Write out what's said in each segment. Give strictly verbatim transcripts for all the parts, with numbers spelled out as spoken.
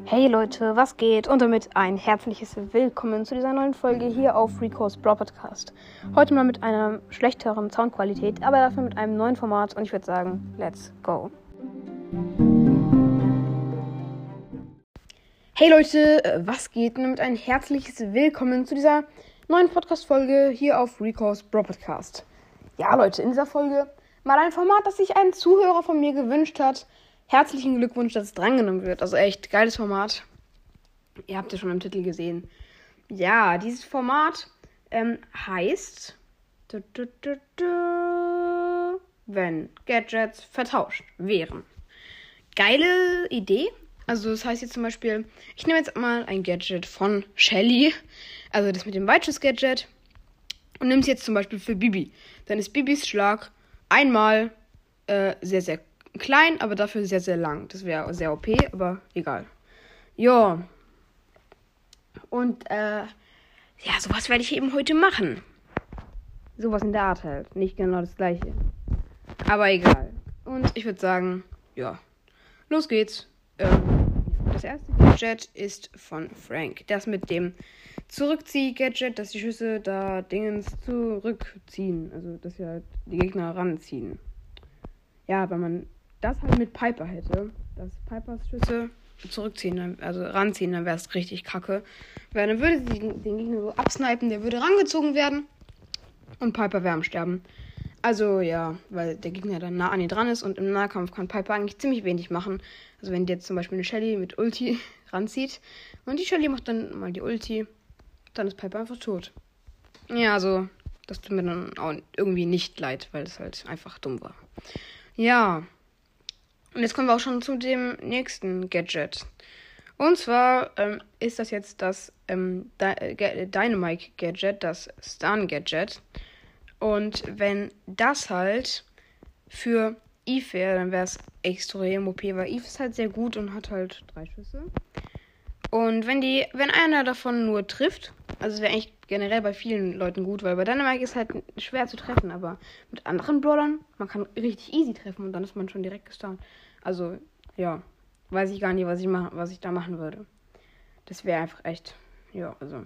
Hey Leute, was geht? Und damit ein herzliches Willkommen zu dieser neuen Folge hier auf Rico's Brawl Podcast. Heute mal mit einer schlechteren Soundqualität, aber dafür mit einem neuen Format und ich würde sagen, let's go. Hey Leute, was geht? Und damit ein herzliches Willkommen zu dieser neuen Podcast-Folge hier auf Rico's Brawl Podcast. Ja Leute, in dieser Folge mal ein Format, das sich ein Zuhörer von mir gewünscht hat. Herzlichen Glückwunsch, dass es drangenommen wird. Also echt geiles Format. Ihr habt es schon im Titel gesehen. Ja, dieses Format ähm, heißt du, du, du, du, wenn Gadgets vertauscht wären. Geile Idee. Also das heißt jetzt zum Beispiel, ich nehme jetzt mal ein Gadget von Shelly. Also das mit dem Weitschuss-Gadget. Und nehme es jetzt zum Beispiel für Bibi. Dann ist Bibis Schlag einmal äh, sehr, sehr klein, aber dafür sehr, sehr lang. Das wäre sehr O P, aber egal. Ja. Und, äh, ja, sowas werde ich eben heute machen. Sowas in der Art halt. Nicht genau das gleiche. Aber egal. Und ich würde sagen, ja, los geht's. Ähm, das erste Gadget ist von Frank. Das mit dem Zurückzieh-Gadget, dass die Schüsse da Dingens zurückziehen. Also, dass sie halt die Gegner ranziehen. Ja, wenn man das halt mit Piper hätte, dass Pipers Schüsse zurückziehen, also ranziehen, dann wäre es richtig kacke. Weil dann würde sie den Gegner so absnipen, der würde rangezogen werden und Piper wäre am Sterben. Also ja, weil der Gegner dann nah an ihr dran ist und im Nahkampf kann Piper eigentlich ziemlich wenig machen. Also wenn die jetzt zum Beispiel eine Shelly mit Ulti ranzieht und die Shelly macht dann mal die Ulti, dann ist Piper einfach tot. Ja, also das tut mir dann auch irgendwie nicht leid, weil es halt einfach dumm war. Ja. Und jetzt kommen wir auch schon zu dem nächsten Gadget. Und zwar ähm, ist das jetzt das ähm, Dynamite-Gadget, das Stun-Gadget. Und wenn das halt für Eve wäre, dann wäre es extrem O P, weil Eve ist halt sehr gut und hat halt drei Schüsse. Und wenn die, wenn einer davon nur trifft, also es wäre eigentlich generell bei vielen Leuten gut, weil bei Dynamite ist halt schwer zu treffen, aber mit anderen Brawlern, man kann richtig easy treffen und dann ist man schon direkt gestunt. Also, ja, weiß ich gar nicht, was ich machen, was ich da machen würde. Das wäre einfach echt, ja, also,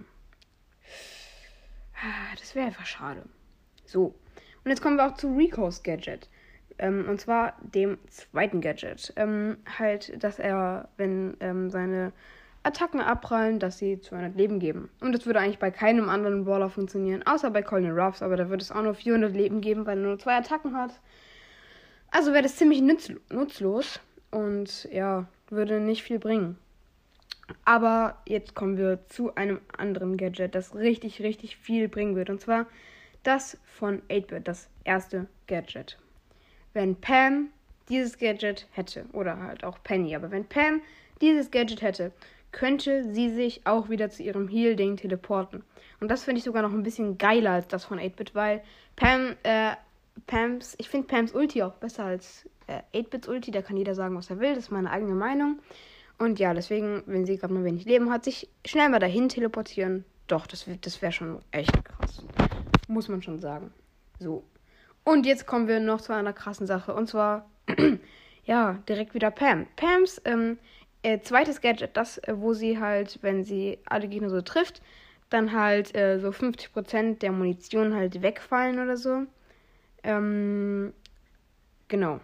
das wäre einfach schade. So, und jetzt kommen wir auch zu Rico's Gadget. Ähm, und zwar dem zweiten Gadget. Ähm, halt, dass er, wenn ähm, seine Attacken abprallen, dass sie zweihundert Leben geben. Und das würde eigentlich bei keinem anderen Brawler funktionieren, außer bei Colonel Ruffs, aber da würde es auch nur vierhundert Leben geben, weil er nur zwei Attacken hat. Also wäre das ziemlich nütz- nutzlos und ja, würde nicht viel bringen. Aber jetzt kommen wir zu einem anderen Gadget, das richtig, richtig viel bringen wird. Und zwar das von acht-Bit, das erste Gadget. Wenn Pam dieses Gadget hätte, oder halt auch Penny, aber wenn Pam dieses Gadget hätte, könnte sie sich auch wieder zu ihrem Heal-Ding teleporten. Und das finde ich sogar noch ein bisschen geiler als das von acht-Bit, weil Pam, äh, Pams, ich finde Pams Ulti auch besser als äh, acht-Bits Ulti, da kann jeder sagen, was er will, das ist meine eigene Meinung. Und ja, deswegen, wenn sie gerade mal wenig Leben hat, sich schnell mal dahin teleportieren, doch, das, das wäre schon echt krass. Muss man schon sagen. So. Und jetzt kommen wir noch zu einer krassen Sache, und zwar, ja, direkt wieder Pam. Pams, ähm, Äh, zweites Gadget, das, äh, wo sie halt, wenn sie alle Gegner so trifft, dann halt äh, so fünfzig Prozent der Munition halt wegfallen oder so. Ähm, genau.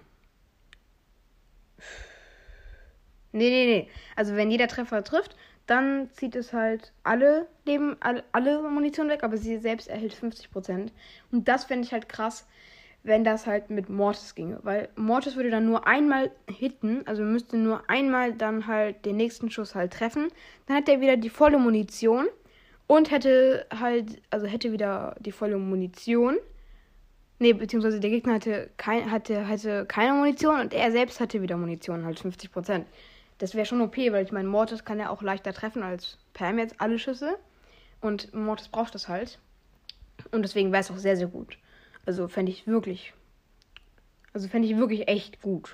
Nee, nee, nee. Also wenn jeder Treffer trifft, dann zieht es halt alle Leben, alle, alle Munition weg, aber sie selbst erhält fünfzig Prozent. Und das fände ich halt krass, wenn das halt mit Mortis ginge. Weil Mortis würde dann nur einmal hitten, also müsste nur einmal dann halt den nächsten Schuss halt treffen. Dann hat er wieder die volle Munition und hätte halt, also hätte wieder die volle Munition. Ne, beziehungsweise der Gegner hatte, kein, hatte, hatte keine Munition und er selbst hatte wieder Munition, halt fünfzig Prozent. Das wäre schon O P, weil ich meine, Mortis kann ja auch leichter treffen als Pam jetzt alle Schüsse. Und Mortis braucht das halt. Und deswegen wäre es auch sehr, sehr gut. Also fände ich wirklich, also fände ich wirklich echt gut.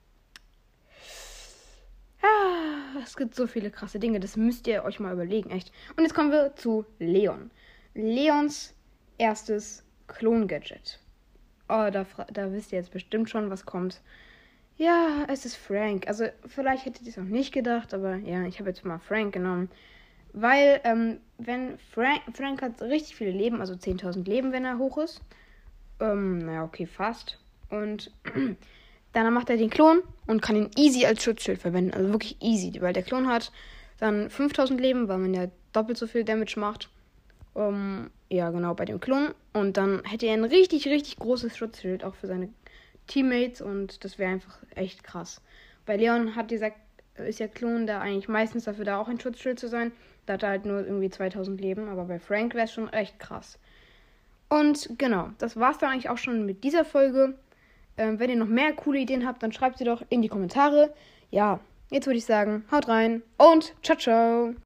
Ah, es gibt so viele krasse Dinge, das müsst ihr euch mal überlegen, echt. Und jetzt kommen wir zu Leon. Leons erstes Klon-Gadget. Oh, da, da wisst ihr jetzt bestimmt schon, was kommt. Ja, es ist Frank. Also vielleicht hättet ihr es auch nicht gedacht, aber ja, ich habe jetzt mal Frank genommen. Weil, ähm, wenn Frank, Frank hat richtig viele Leben, also zehntausend Leben, wenn er hoch ist. Ähm, naja, okay, fast. Und dann macht er den Klon und kann ihn easy als Schutzschild verwenden. Also wirklich easy, weil der Klon hat dann fünftausend Leben, weil man ja doppelt so viel Damage macht. Um, ja, genau, bei dem Klon. Und dann hätte er ein richtig, richtig großes Schutzschild, auch für seine Teammates. Und das wäre einfach echt krass. Bei Leon hat dieser, ist ja Klon da eigentlich meistens dafür da, auch ein Schutzschild zu sein. Da hat er halt nur irgendwie zweitausend Leben. Aber bei Frank wäre es schon echt krass. Und genau, das war's dann eigentlich auch schon mit dieser Folge. Ähm, wenn ihr noch mehr coole Ideen habt, dann schreibt sie doch in die Kommentare. Ja, jetzt würde ich sagen, haut rein und ciao, ciao.